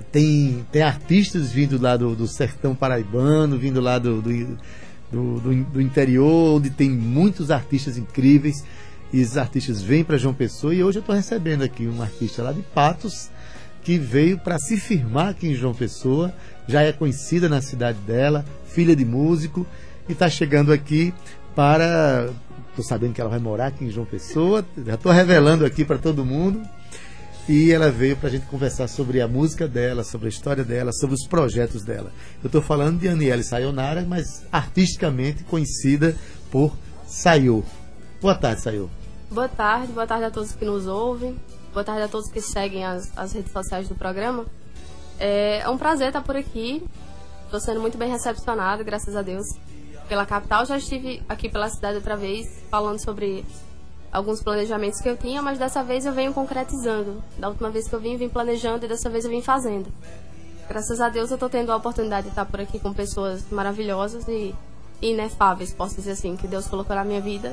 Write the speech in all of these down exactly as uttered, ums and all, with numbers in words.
tem, tem artistas vindo lá do, do sertão paraibano, vindo lá do, do, do, do, do interior, onde tem muitos artistas incríveis, e esses artistas vêm para João Pessoa, e hoje eu estou recebendo aqui um artista lá de Patos, que veio para se firmar aqui em João Pessoa, já é conhecida na cidade dela, filha de músico, e está chegando aqui para... Estou sabendo que ela vai morar aqui em João Pessoa, já estou revelando aqui para todo mundo, e ela veio para a gente conversar sobre a música dela, sobre a história dela, sobre os projetos dela. Eu estou falando de Aniele Sayonara, mas artisticamente conhecida por Sayô. Boa tarde, Sayô. Boa tarde, boa tarde a todos que nos ouvem, boa tarde a todos que seguem as, as redes sociais do programa. É, é um prazer estar por aqui, estou sendo muito bem recepcionada, graças a Deus, pela capital. Já estive aqui pela cidade outra vez, falando sobre alguns planejamentos que eu tinha, mas dessa vez eu venho concretizando. Da última vez que eu vim, vim planejando, e dessa vez eu vim fazendo. Graças a Deus eu estou tendo a oportunidade de estar por aqui com pessoas maravilhosas e inefáveis, posso dizer assim, que Deus colocou na minha vida.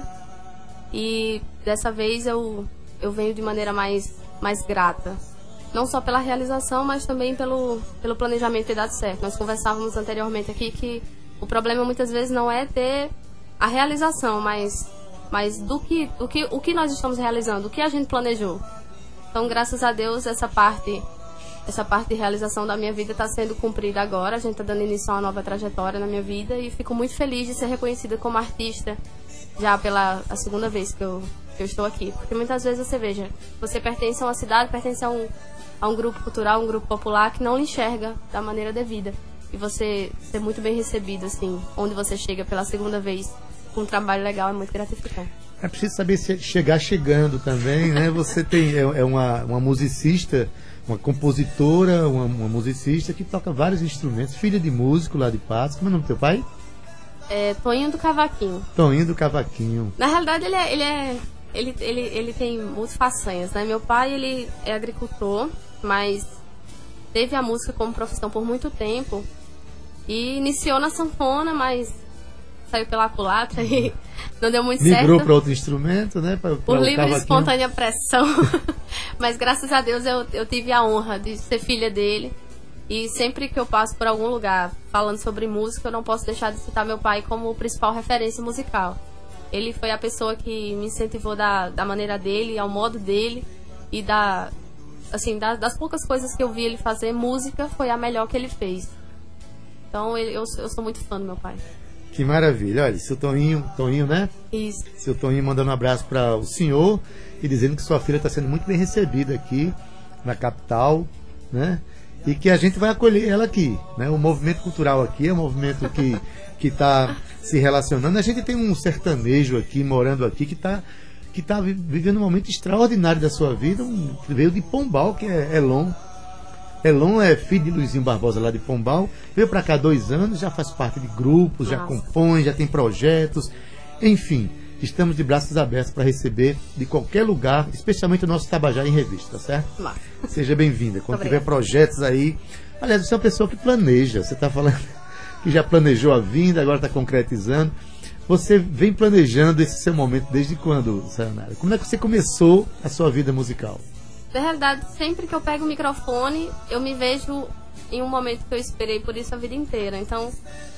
E dessa vez eu, eu venho de maneira mais, mais grata. Não só pela realização, mas também pelo, pelo planejamento ter dado certo. Nós conversávamos anteriormente aqui que o problema muitas vezes não é ter a realização, mas, mas do que, do que, o que nós estamos realizando, o que a gente planejou. Então, graças a Deus, essa parte, essa parte de realização da minha vida está sendo cumprida agora. A gente está dando início a uma nova trajetória na minha vida e fico muito feliz de ser reconhecida como artista já pela a segunda vez que eu, que eu estou aqui. Porque muitas vezes você veja, você pertence a uma cidade, pertence a um, a um grupo cultural, um grupo popular que não lhe enxerga da maneira devida. E você ser muito bem recebido, assim, onde você chega pela segunda vez com um trabalho legal é muito gratificante. É preciso saber se chegar chegando também, né? Você tem, é, é uma, uma musicista, uma compositora, uma, uma musicista que toca vários instrumentos, filha de músico lá de Patos. Como é o nome do teu pai? É Toninho do Cavaquinho. Toninho do Cavaquinho. Na realidade, ele é, ele é, ele, ele, ele tem muitas façanhas, né? Meu pai, ele é agricultor, mas teve a música como profissão por muito tempo e iniciou na sanfona, mas saiu pela culatra e não deu muito certo. Migrou para outro instrumento, né? Pra, pra por livre e espontânea pressão. Mas graças a Deus eu, eu tive a honra de ser filha dele. E sempre que eu passo por algum lugar falando sobre música, eu não posso deixar de citar meu pai como principal referência musical. Ele foi a pessoa que me incentivou da, da maneira dele, ao modo dele, e da, assim, da, das poucas coisas que eu vi ele fazer, música foi a melhor que ele fez. Então ele, eu, eu sou muito fã do meu pai. Que maravilha. Olha, seu Toninho, Toninho, né? Isso. Seu Toninho mandando um abraço para o senhor e dizendo que sua filha está sendo muito bem recebida aqui na capital, né? E que a gente vai acolher ela aqui, né? O movimento cultural aqui é um movimento que que está se relacionando. A gente tem um sertanejo aqui, morando aqui, que está que tá vivendo um momento extraordinário da sua vida. Um, veio de Pombal, que é Elon. Elon é filho de Luizinho Barbosa lá de Pombal. Veio para cá há dois anos, já faz parte de grupos, já compõe, já tem projetos. Enfim, estamos de braços abertos para receber de qualquer lugar, especialmente o nosso Tabajara em Revista, tá certo? Mas... Seja bem-vinda. Quando tiver projetos aí... Aliás, você é uma pessoa que planeja. Você está falando que já planejou a vinda, agora está concretizando. Você vem planejando esse seu momento desde quando, Sayonara? Como é que você começou a sua vida musical? Na realidade, sempre que eu pego o microfone, eu me vejo em um momento que eu esperei por isso a vida inteira. Então,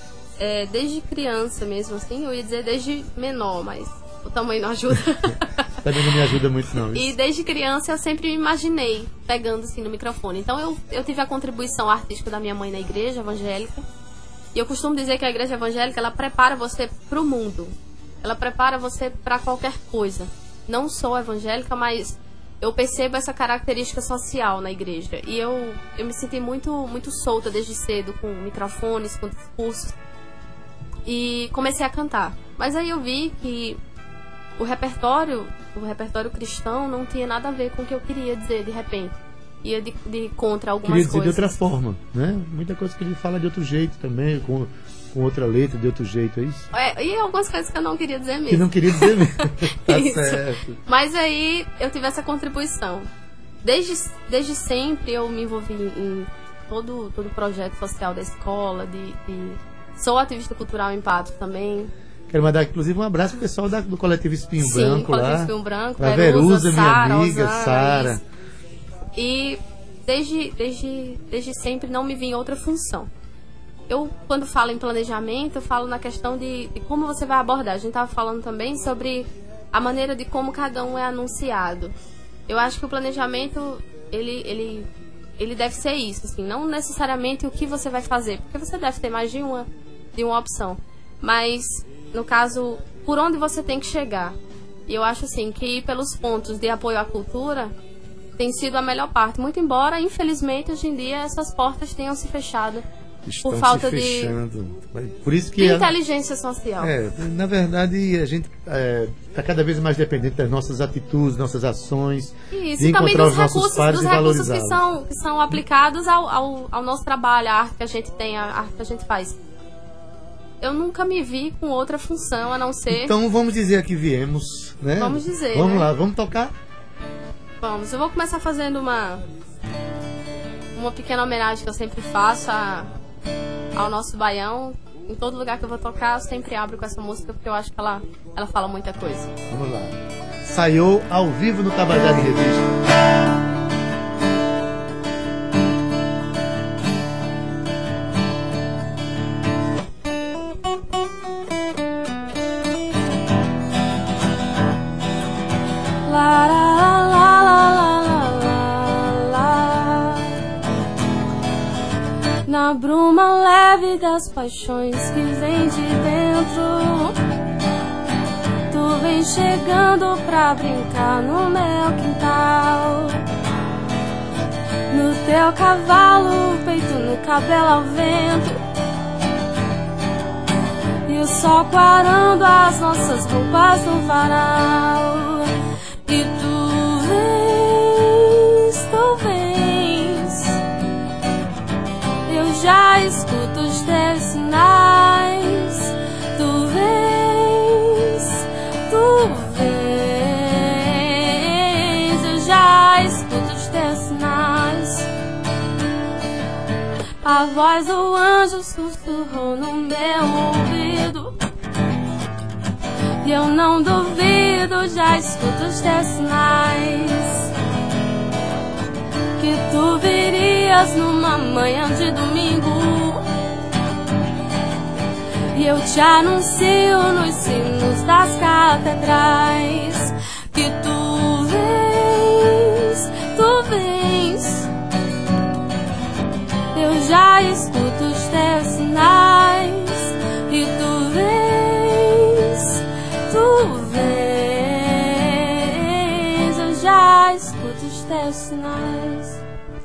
é, desde criança mesmo, assim, eu ia dizer desde menor, mas o tamanho não ajuda. Também não me ajuda muito, não. Isso. E desde criança eu sempre me imaginei pegando assim no microfone. Então eu, eu tive a contribuição artística da minha mãe na igreja evangélica. E eu costumo dizer que a igreja evangélica, ela prepara você para o mundo. Ela prepara você para qualquer coisa. Não só evangélica, mas eu percebo essa característica social na igreja. E eu, eu me senti muito, muito solta desde cedo, com microfones, com discursos. E comecei a cantar. Mas aí eu vi que o repertório, o repertório cristão não tinha nada a ver com o que eu queria dizer de repente. Ia de, de contra algumas queria dizer coisas. De outra forma, né? Muita coisa que ele fala de outro jeito também, com, com outra letra, de outro jeito, é isso? É, e algumas coisas que eu não queria dizer mesmo. Que não queria dizer mesmo. Tá certo. Mas aí eu tive essa contribuição. Desde, desde sempre eu me envolvi em todo todo projeto social da escola, de, de... sou ativista cultural em Patos também. Quero mandar, inclusive, um abraço pro pessoal da, do Coletivo Espinho Sim, Branco Coletivo lá. Espinho Branco, pra Verusa, minha Sara, amiga, Osana, Sara. E desde, desde, desde sempre não me vi em outra função. Eu, quando falo em planejamento, eu falo na questão de, de como você vai abordar. A gente estava falando também sobre a maneira de como cada um é anunciado. Eu acho que o planejamento, ele, ele, ele deve ser isso, assim, não necessariamente o que você vai fazer, porque você deve ter mais de uma, de uma opção. Mas, no caso, por onde você tem que chegar. E eu acho, assim, que ir pelos pontos de apoio à cultura tem sido a melhor parte. Muito embora, infelizmente, hoje em dia, essas portas tenham se fechado. Estão por falta se fechando. de, por isso que de a, inteligência social. É, na verdade, a gente está é, cada vez mais dependente das nossas atitudes, nossas ações, isso, de e também encontrar dos os nossos recursos, pares dos e recursos que valorizá-los. são, que são aplicados ao, ao, ao nosso trabalho, a arte que a gente tem, a arte que a gente faz. Eu nunca me vi com outra função a não ser... Então vamos dizer a que viemos, né? Vamos dizer, Vamos né? lá, vamos tocar? Vamos, eu vou começar fazendo uma uma pequena homenagem que eu sempre faço a, ao nosso baião. Em todo lugar que eu vou tocar, eu sempre abro com essa música, porque eu acho que ela, ela fala muita coisa. Vamos lá. Saiu ao vivo no Tabajara em Revista. Na bruma leve das paixões que vem de dentro, tu vem chegando pra brincar no meu quintal. No teu cavalo, peito no cabelo ao vento, e o sol quarando as nossas roupas no varal. E tu vens, tu vens, eu já escuto os teus sinais. Tu vens, tu vens, eu já escuto os teus sinais. A voz do anjo sussurrou no meu ouvido, e eu não duvido, já escuto os teus sinais. Que tu virias numa manhã de domingo, e eu te anuncio nos sinos das catedrais. Que tu vens, tu vens, eu já escuto os teus sinais. E tu vens, tu vens, eu já escuto os teus sinais.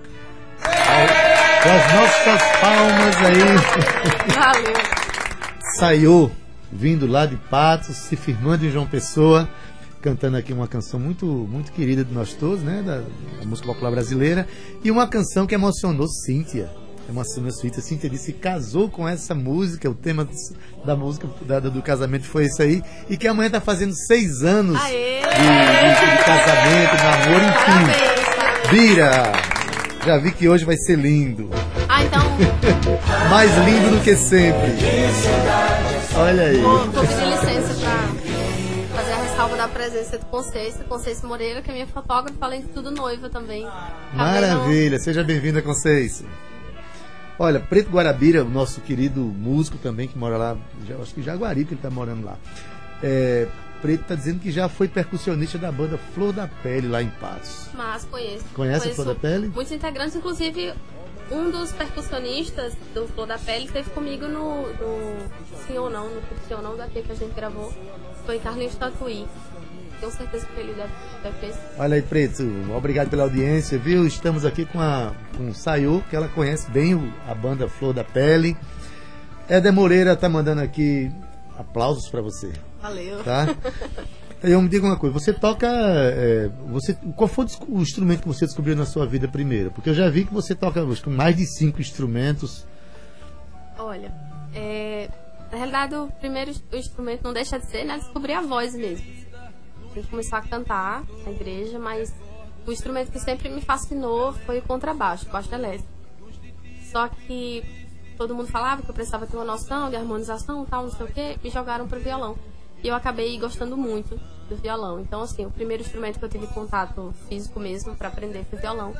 Com as nossas palmas aí. Valeu. Saiu, vindo lá de Patos, se firmando em João Pessoa, cantando aqui uma canção muito, muito querida de nós todos, né, da, da música popular brasileira, e uma canção que emocionou Cíntia. Emocionou Cíntia. Cíntia disse que casou com essa música, o tema da música da, do casamento foi esse aí, e que amanhã está fazendo seis anos de, de, de casamento, namoro, enfim. Parabéns, parabéns. Bira, já vi que hoje vai ser lindo. Ah, então, Mais lindo do que sempre. Olha aí. vou, vou pedir licença pra fazer a ressalva da presença do Conceição, Conceição Moreira, que é minha fotógrafa, além de tudo noiva também. Maravilha, seja bem-vinda, Conceição. Olha, Preto Guarabira, o nosso querido músico também, que mora lá, já, acho que Jaguari que ele está morando lá. É, Preto está dizendo que já foi percussionista da banda Flor da Pele, lá em Patos. Mas conheço. Conhece conheço a Flor da Pele? Muitos integrantes, inclusive um dos percussionistas do Flor da Pele esteve comigo no, no Sim ou Não, no Sim ou Não daqui que a gente gravou. Foi Carlinhos Tatuí. Tenho certeza que ele deve, deve ter. Olha aí, Preto, obrigado pela audiência, viu? Estamos aqui com a com Sayô, que ela conhece bem o, a banda Flor da Pele. Éder Moreira tá mandando aqui aplausos para você. Valeu. Tá? Então, me diga uma coisa, você toca. É, você, qual foi o instrumento que você descobriu na sua vida primeiro? Porque eu já vi que você toca mais de cinco instrumentos. Olha, é, na realidade o primeiro o instrumento não deixa de ser, né? Descobrir a voz mesmo. Tem que começar a cantar na igreja, mas o instrumento que sempre me fascinou foi o contrabaixo, o baixo elétrico. Só que todo mundo falava que eu precisava ter uma noção de harmonização, tal, não sei o quê, e jogaram pro violão. E eu acabei gostando muito do violão. Então, assim, o primeiro instrumento que eu tive contato físico mesmo para aprender foi violão.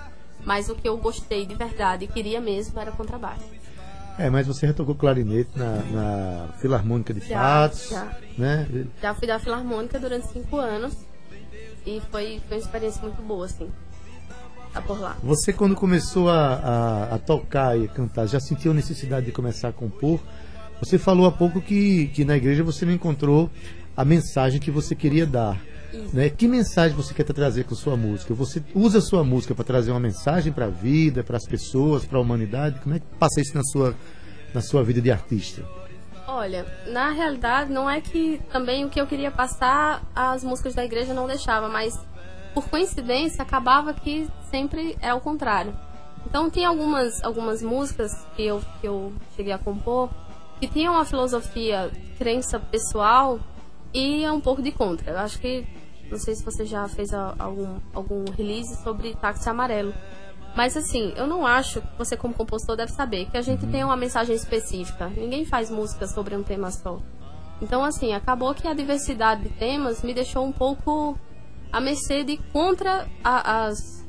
Mas o que eu gostei de verdade e queria mesmo era contrabaixo. É, mas você já tocou clarinete na, na Filarmônica de Já, Patos, já. né? Já fui da Filarmônica durante cinco anos e foi, foi uma experiência muito boa, assim, tá por lá. Você, quando começou a, a, a tocar e a cantar, já sentiu a necessidade de começar a compor? Você falou há pouco que, que na igreja você não encontrou a mensagem que você queria dar. Né? Que mensagem você quer trazer com sua música? Você usa a sua música para trazer uma mensagem para a vida, para as pessoas, para a humanidade? Como é que passa isso na sua, na sua vida de artista? Olha, na realidade não é que também o que eu queria passar as músicas da igreja não deixava, mas por coincidência acabava que sempre é o contrário. Então tinha algumas, algumas músicas que eu, que eu cheguei a compor que tinham uma filosofia, crença pessoal e é um pouco de contra. Eu acho que, não sei se você já fez algum, algum release sobre Táxi Amarelo. Mas assim, eu não acho, você como compositor deve saber, que a gente tem uma mensagem específica. Ninguém faz música sobre um tema só. Então assim, acabou que a diversidade de temas me deixou um pouco à mercê de contra a, as,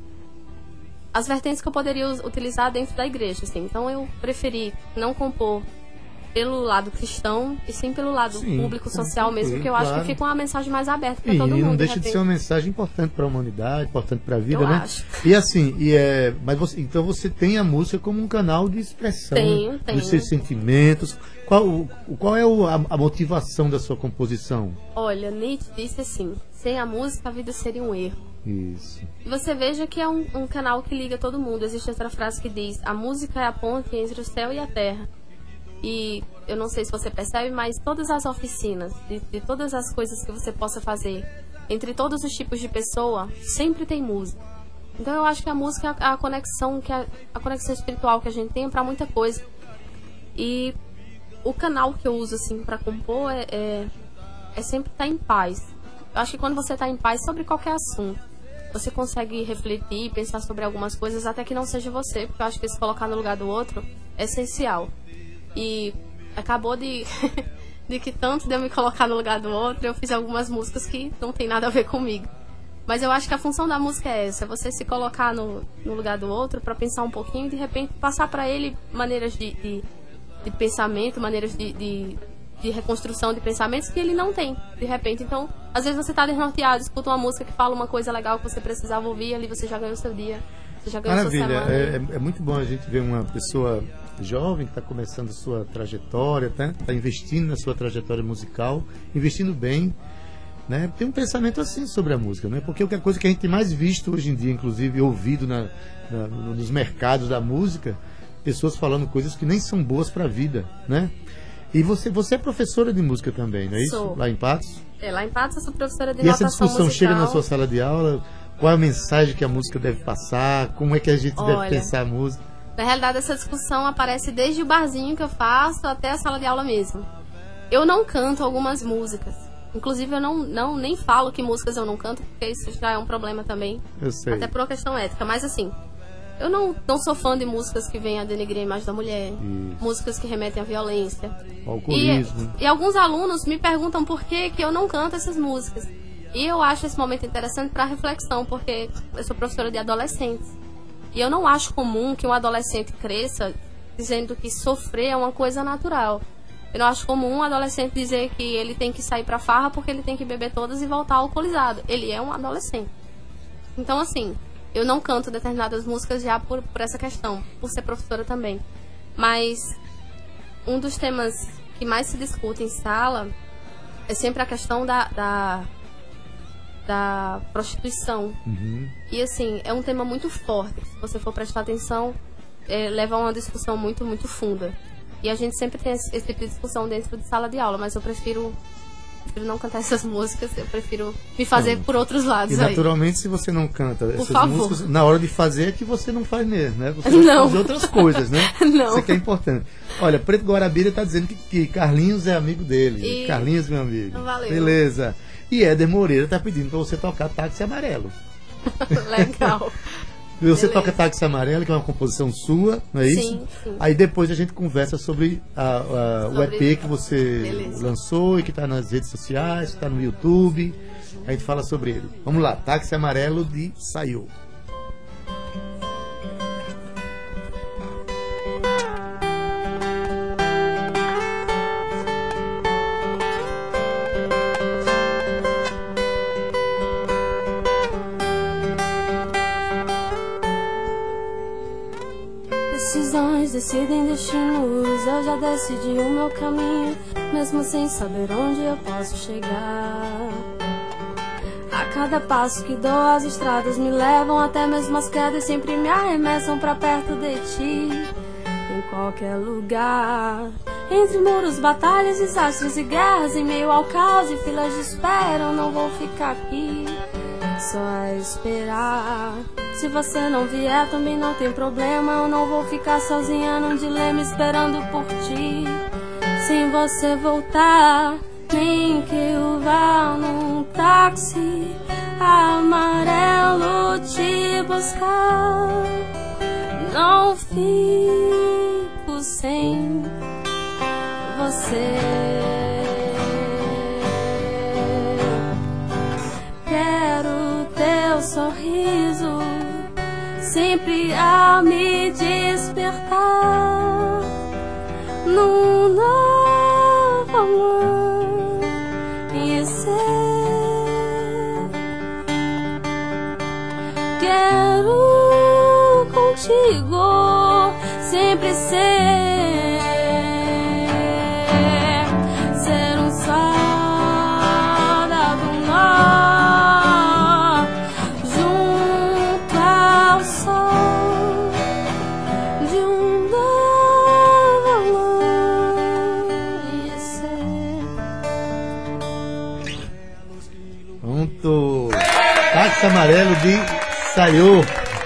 as vertentes que eu poderia utilizar dentro da igreja. Assim. Então eu preferi não compor pelo lado cristão e sim pelo lado sim, público, social mesmo, porque eu claro. acho que fica uma mensagem mais aberta para todo mundo. E não de deixa repente. de ser uma mensagem importante para a humanidade, importante para a vida, eu né? Acho. E assim, e é, mas você, então você tem a música como um canal de expressão tenho, tenho. dos seus sentimentos. Qual, o, qual é o, a, a motivação da sua composição? Olha, Nietzsche disse assim: sem a música a vida seria um erro. Isso. E você veja que é um, um canal que liga todo mundo. Existe outra frase que diz: a música é a ponte entre o céu e a terra. E eu não sei se você percebe, mas todas as oficinas, de, de todas as coisas que você possa fazer, entre todos os tipos de pessoa, sempre tem música. Então eu acho que a música é a conexão, que a, a conexão espiritual que a gente tem para muita coisa. E o canal que eu uso assim para compor é, é, é sempre estar em paz. Eu acho que quando você está em paz sobre qualquer assunto, você consegue refletir, pensar sobre algumas coisas, até que não seja você, porque eu acho que se colocar no lugar do outro é essencial. E acabou de, de que tanto de eu me colocar no lugar do outro, eu fiz algumas músicas que não tem nada a ver comigo. Mas eu acho que a função da música é essa, você se colocar no, no lugar do outro para pensar um pouquinho e de repente passar para ele maneiras de, de, de pensamento, maneiras de, de, de reconstrução de pensamentos que ele não tem, de repente. Então, às vezes você está desnorteado, escuta uma música que fala uma coisa legal que você precisava ouvir, ali você já ganhou o seu dia, você já ganhou Maravilha, a sua semana. É, é muito bom a gente ver uma pessoa jovem que está começando sua trajetória, está tá investindo na sua trajetória musical, investindo bem, né? Tem um pensamento assim sobre a música, né? Porque a coisa que a gente tem mais visto hoje em dia, inclusive ouvido na, na, nos mercados da música, pessoas falando coisas que nem são boas para a vida, né? E você, você é professora de música também, não é isso? Sou. Lá em Patos? É, lá em Patos eu sou professora de e notação essa discussão musical. chega na sua sala de aula? Qual é a mensagem que a música deve passar? Como é que a gente Olha, deve pensar a música? Na realidade, essa discussão aparece desde o barzinho que eu faço até a sala de aula mesmo. Eu não canto algumas músicas. Inclusive, eu não, não nem falo que músicas eu não canto, porque isso já é um problema também. Eu sei. Até por uma questão ética. Mas assim, eu não, não sou fã de músicas que venham a denegrir a imagem da mulher. Isso. Músicas que remetem à violência. O alcoolismo. E, e alguns alunos me perguntam por que, que eu não canto essas músicas. E eu acho esse momento interessante para reflexão, porque eu sou professora de adolescentes. E eu não acho comum que um adolescente cresça dizendo que sofrer é uma coisa natural. Eu não acho comum um adolescente dizer que ele tem que sair pra farra porque ele tem que beber todas e voltar alcoolizado. Ele é um adolescente. Então, assim, eu não canto determinadas músicas já por, por essa questão, por ser professora também. Mas um dos temas que mais se discute em sala é sempre a questão da... da da prostituição. Uhum. E assim, é um tema muito forte. Se você for prestar atenção, é, leva a uma discussão muito, muito funda. E a gente sempre tem esse, esse tipo de discussão dentro de sala de aula, mas eu prefiro, prefiro não cantar essas músicas, eu prefiro me fazer não. por outros lados. E aí. Naturalmente, se você não canta por essas favor. músicas, na hora de fazer é que você não faz mesmo, né? Você vai não. fazer outras coisas, né? Não. Isso aqui é importante. Olha, Preto Guarabira está dizendo que, que Carlinhos é amigo dele. E... Carlinhos, meu amigo. Valeu. Beleza. E Éder Moreira está pedindo para você tocar Táxi Amarelo. Legal. Você Beleza. toca Táxi Amarelo, que é uma composição sua, não é isso? Sim, sim. Aí depois a gente conversa sobre, a, a, sobre... o E P que você Beleza. lançou e que está nas redes sociais, está no YouTube. A gente fala sobre ele. Vamos lá, Táxi Amarelo de Sayô. Decisões decidem destinos. Eu já decidi o meu caminho, mesmo sem saber onde eu posso chegar. A cada passo que dou, as estradas me levam, até mesmo as quedas sempre me arremessam pra perto de ti. Em qualquer lugar, entre muros, batalhas, desastres e guerras, em meio ao caos e filas de espera, eu não vou ficar aqui só a esperar. Se você não vier, também não tem problema, eu não vou ficar sozinha num dilema esperando por ti. Sem você voltar, nem que eu vá num táxi amarelo te buscar, não fico sem você. Quero teu sorriso sempre a me despertar num novo amanhecer. Quero contigo sempre ser, ser um soldado nó junto ao sol de um novo amanhecer. Pronto! Táxi Amarelo de Sayô.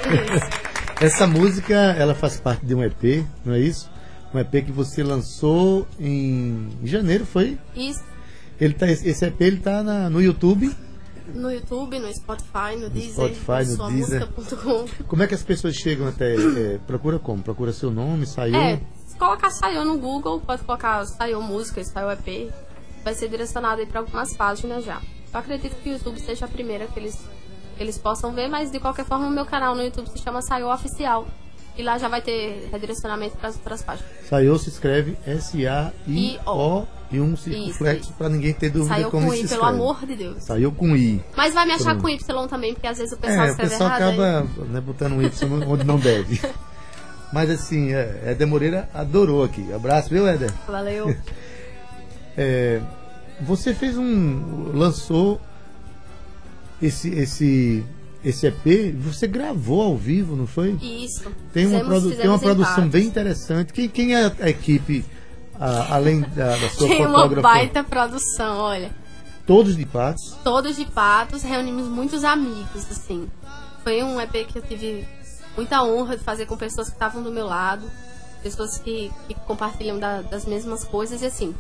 Essa música, ela faz parte de um E P, não é isso? Um E P que você lançou em janeiro, foi? Isso. Ele tá, esse E P ele tá na, no YouTube. No YouTube, no Spotify, no, No Deezer, Spotify, no sua Deezer. música ponto com. Como é que as pessoas chegam até? É, procura como? Procura seu nome, Sayô? É, se colocar Sayô no Google, pode colocar Sayô Música, Sayô E P, vai ser direcionado aí para algumas páginas já. Eu acredito que o YouTube seja a primeira que eles, que eles possam ver, mas de qualquer forma o meu canal no YouTube se chama Sayô Oficial. E lá já vai ter redirecionamento para as outras páginas. Sayô se escreve S A I O e um circunflexo para ninguém ter dúvida Sayô como com se I, escreve. pelo amor de Deus. Sayô com I. Mas vai me achar Pronto. com Y também, porque às vezes o pessoal É, o escreve pessoal errado. acaba né, botando um Y onde não deve. Mas assim, é, Éder Moreira adorou aqui. Abraço, viu, Éder? Aí. Valeu. É, você fez um... lançou esse, esse, esse E P, você gravou ao vivo, não foi? Isso. Tem uma, Fizemos- produ- tem uma fizemos em produção partes. bem interessante. Quem, quem é a equipe, a- além da, da sua Tem uma fotógrafa? baita produção, olha. Todos de Patos. Todos de Patos, reunimos muitos amigos, assim. Foi um E P que eu tive muita honra de fazer com pessoas que estavam do meu lado, pessoas que, que compartilham da- das mesmas coisas, e assim.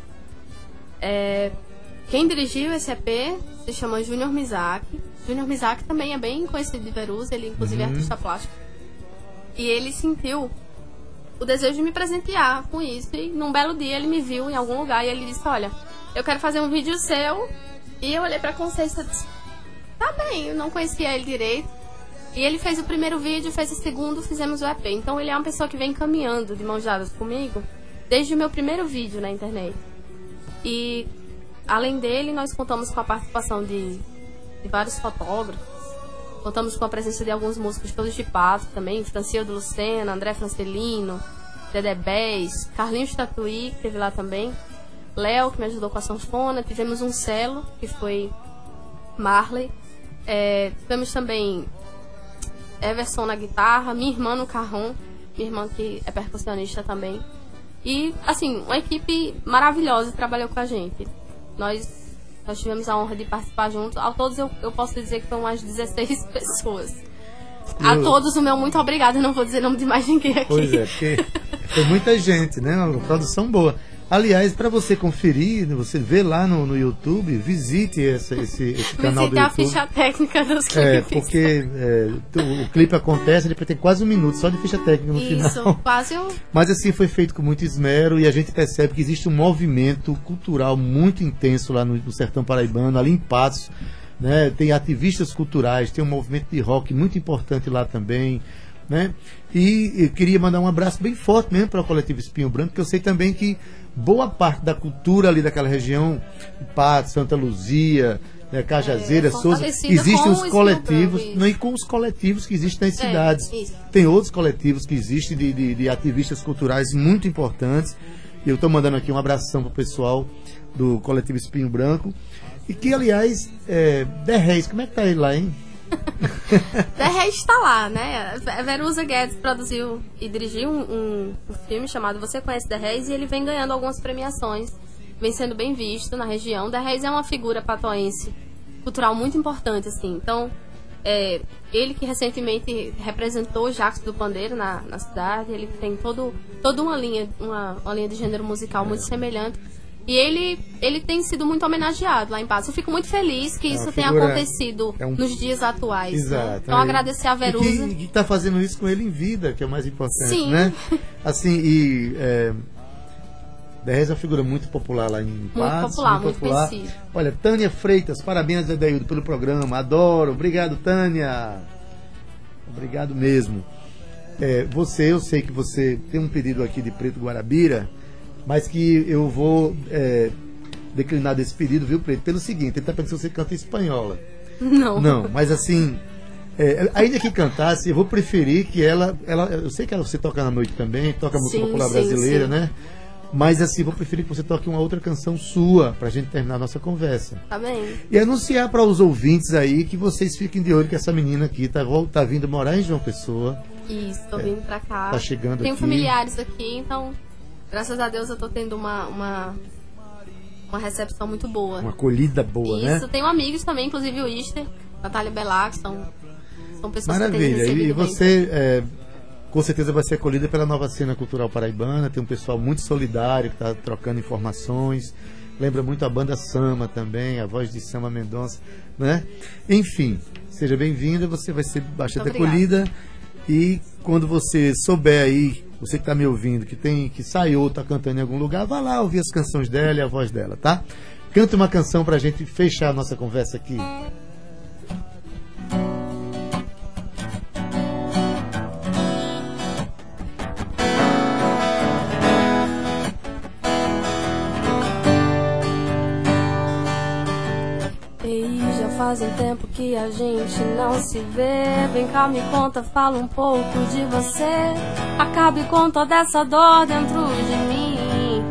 é, quem dirigiu esse E P se chama Júnior Mizaki. Júnior Mizaki também é bem conhecido de Verus, ele inclusive é Uhum. artista plástico. E ele sentiu o desejo de me presentear com isso, e num belo dia ele me viu em algum lugar e ele disse, olha, eu quero fazer um vídeo seu. E eu olhei pra Conceição e disse, tá bem, eu não conhecia ele direito. E ele fez o primeiro vídeo, fez o segundo, fizemos o E P. Então ele é uma pessoa que vem caminhando de mãos dadas comigo desde o meu primeiro vídeo na internet. E além dele, nós contamos com a participação de, de vários fotógrafos. Contamos com a presença de alguns músicos todos de Pato também, Francildo Lucena, André Francelino, Dedé Bez, Carlinhos Tatuí, que teve lá também, Léo, que me ajudou com a sanfona. Tivemos um cello, que foi Marley. É, tivemos também Everson na guitarra, minha irmã no carrom, minha irmã que é percussionista também. E, assim, uma equipe maravilhosa trabalhou com a gente. Nós, nós tivemos a honra de participar juntos. Ao todos eu, eu posso dizer que foram umas dezesseis pessoas. A Eu- todos o meu muito obrigada, eu não vou dizer nome de mais ninguém aqui. Pois é, porque foi muita gente, né? Uma produção boa. Aliás, para você conferir, você vê lá no, no YouTube, visite essa, esse, esse canal do Visite a YouTube. ficha técnica dos clipes. É, porque é, tu- o clipe acontece, depois tem quase um minuto só de ficha técnica no Isso, final. quase um... Mas assim, foi feito com muito esmero e a gente percebe que existe um movimento cultural muito intenso lá no, no Sertão Paraibano, ali em Patos, né? Tem ativistas culturais, tem um movimento de rock muito importante lá também, né? E eu queria mandar um abraço bem forte mesmo para o Coletivo Espinho Branco, que eu sei também que boa parte da cultura ali daquela região, Patos, Santa Luzia, né, Cajazeira, é, Souza, existem os coletivos, não, e com os coletivos que existem nas é, cidades. Isso. Tem outros coletivos que existem de, de, de ativistas culturais muito importantes. E eu estou mandando aqui um abração para o pessoal do coletivo Espinho Branco. E que, aliás, é, The Reis, como é que tá ele lá, hein? The Reis está lá, né? Verusa Guedes produziu e dirigiu um, um, um filme chamado Você Conhece The Reis, e ele vem ganhando algumas premiações, vem sendo bem visto na região. The Reis é uma figura patoense cultural muito importante, assim. Então, é, ele que recentemente representou Jacques do Pandeiro na, na cidade, ele tem todo, toda uma linha, uma, uma linha de gênero musical muito semelhante. E ele, ele tem sido muito homenageado lá em Patos. Eu fico muito feliz que é isso figura, tenha acontecido é um... nos dias atuais. Exato. Né? Então, agradecer a Verusa. E que está fazendo isso com ele em vida, que é o mais importante, Sim. né? Assim, e... É... The Reis é uma figura muito popular lá em Muito Patos. popular, muito muito popular. conhecido. Olha, Tânia Freitas, parabéns, Edeildo, pelo programa. Adoro. Obrigado, Tânia. Obrigado mesmo. É, você, eu sei que você tem um pedido aqui de Preto Guarabira, mas que eu vou é, declinar desse pedido, viu, Preto? Pelo seguinte, ele está pensando que você canta espanhola. Não. Não, mas assim, é, ainda que cantasse, eu vou preferir que ela, ela... Eu sei que ela, você toca na noite também, toca música Sim, popular sim, brasileira, sim. né? Mas assim, vou preferir que você toque uma outra canção sua, pra gente terminar a nossa conversa. Tá bem. E anunciar para os ouvintes aí que vocês fiquem de olho que essa menina aqui tá, tá vindo morar em João Pessoa. Isso, tô vindo pra cá. Tá chegando Tenho aqui. familiares aqui, então, graças a Deus, eu tô tendo uma, uma, uma recepção muito boa. Uma acolhida boa, Isso, né? Isso, tenho amigos também, inclusive o Ister, Natália Belac, são, são pessoas que têm Maravilha. recebido E bem. você, é, com certeza, vai ser acolhida pela nova cena cultural paraibana. Tem um pessoal muito solidário que está trocando informações. Lembra muito a banda Sama também, a voz de Sama Mendonça, né? Enfim, seja bem-vinda. Você vai ser bastante acolhida. E quando você souber aí, você que está me ouvindo, que tem que saiu ou está cantando em algum lugar, vá lá ouvir as canções dela e a voz dela, tá? Canta uma canção para a gente fechar a nossa conversa aqui. Faz um tempo que a gente não se vê. Vem cá, me conta, fala um pouco de você. Acabe com toda essa dor dentro de mim.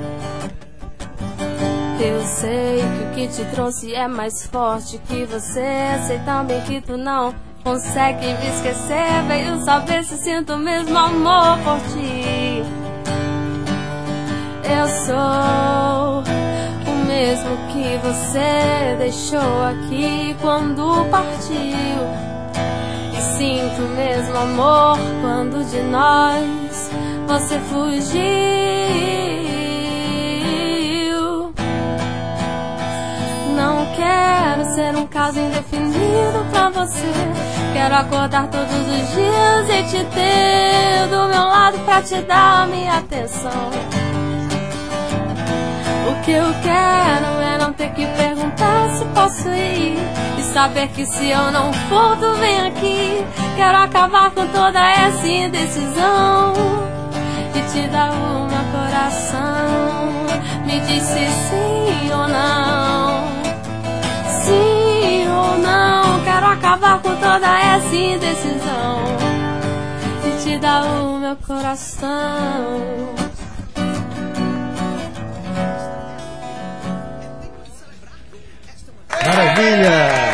Eu sei que o que te trouxe é mais forte que você. Sei também que tu não consegue me esquecer. Veio saber se sinto mesmo amor por ti. Eu sou o mesmo que você deixou aqui quando partiu. E sinto o mesmo amor quando de nós você fugiu. Não quero ser um caso indefinido pra você. Quero acordar todos os dias e te ter do meu lado pra te dar a minha atenção. O que eu quero é não ter que perguntar se posso ir, e saber que se eu não for, tu vem aqui. Quero acabar com toda essa indecisão e te dar o meu coração. Me diz se sim ou não. Sim ou não. Quero acabar com toda essa indecisão e te dar o meu coração. Maravilha!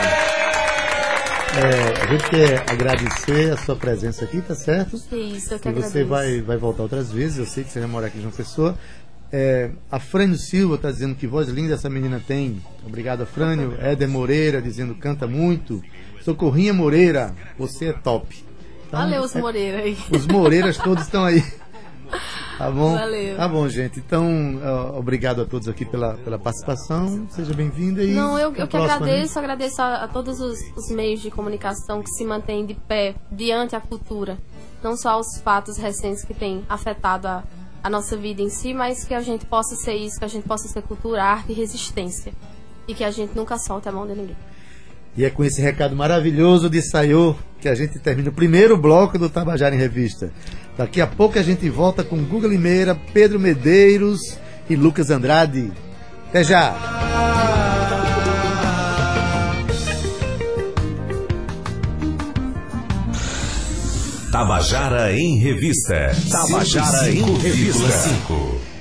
É, a gente quer agradecer a sua presença aqui, tá certo? Isso, eu que E agradeço. você vai, vai voltar outras vezes, eu sei que você vai morar aqui em João Pessoa. É, a Frânio Silva está dizendo que voz linda essa menina tem. Obrigado, Afrânio. Éder Moreira dizendo canta muito. Socorrinha Moreira, você é top. Então, Valeu os é, Moreira aí. Os Moreiras todos estão aí. Tá bom? Valeu. Tá bom, gente. Então, uh, obrigado a todos aqui pela, pela participação. Seja bem-vinda. E Não, eu, até eu a que próxima, agradeço, né? agradeço a, a todos os, os meios de comunicação que se mantêm de pé diante a cultura. Não só aos fatos recentes que têm afetado a, a nossa vida em si, mas que a gente possa ser isso, que a gente possa ser cultura, arte e resistência. E que a gente nunca solte a mão de ninguém. E é com esse recado maravilhoso de Sayô que a gente termina o primeiro bloco do Tabajara em Revista. Daqui a pouco a gente volta com Guga Limeira, Pedro Medeiros e Lucas Andrade. Até já! Tabajara em Revista. Tabajara em Revista.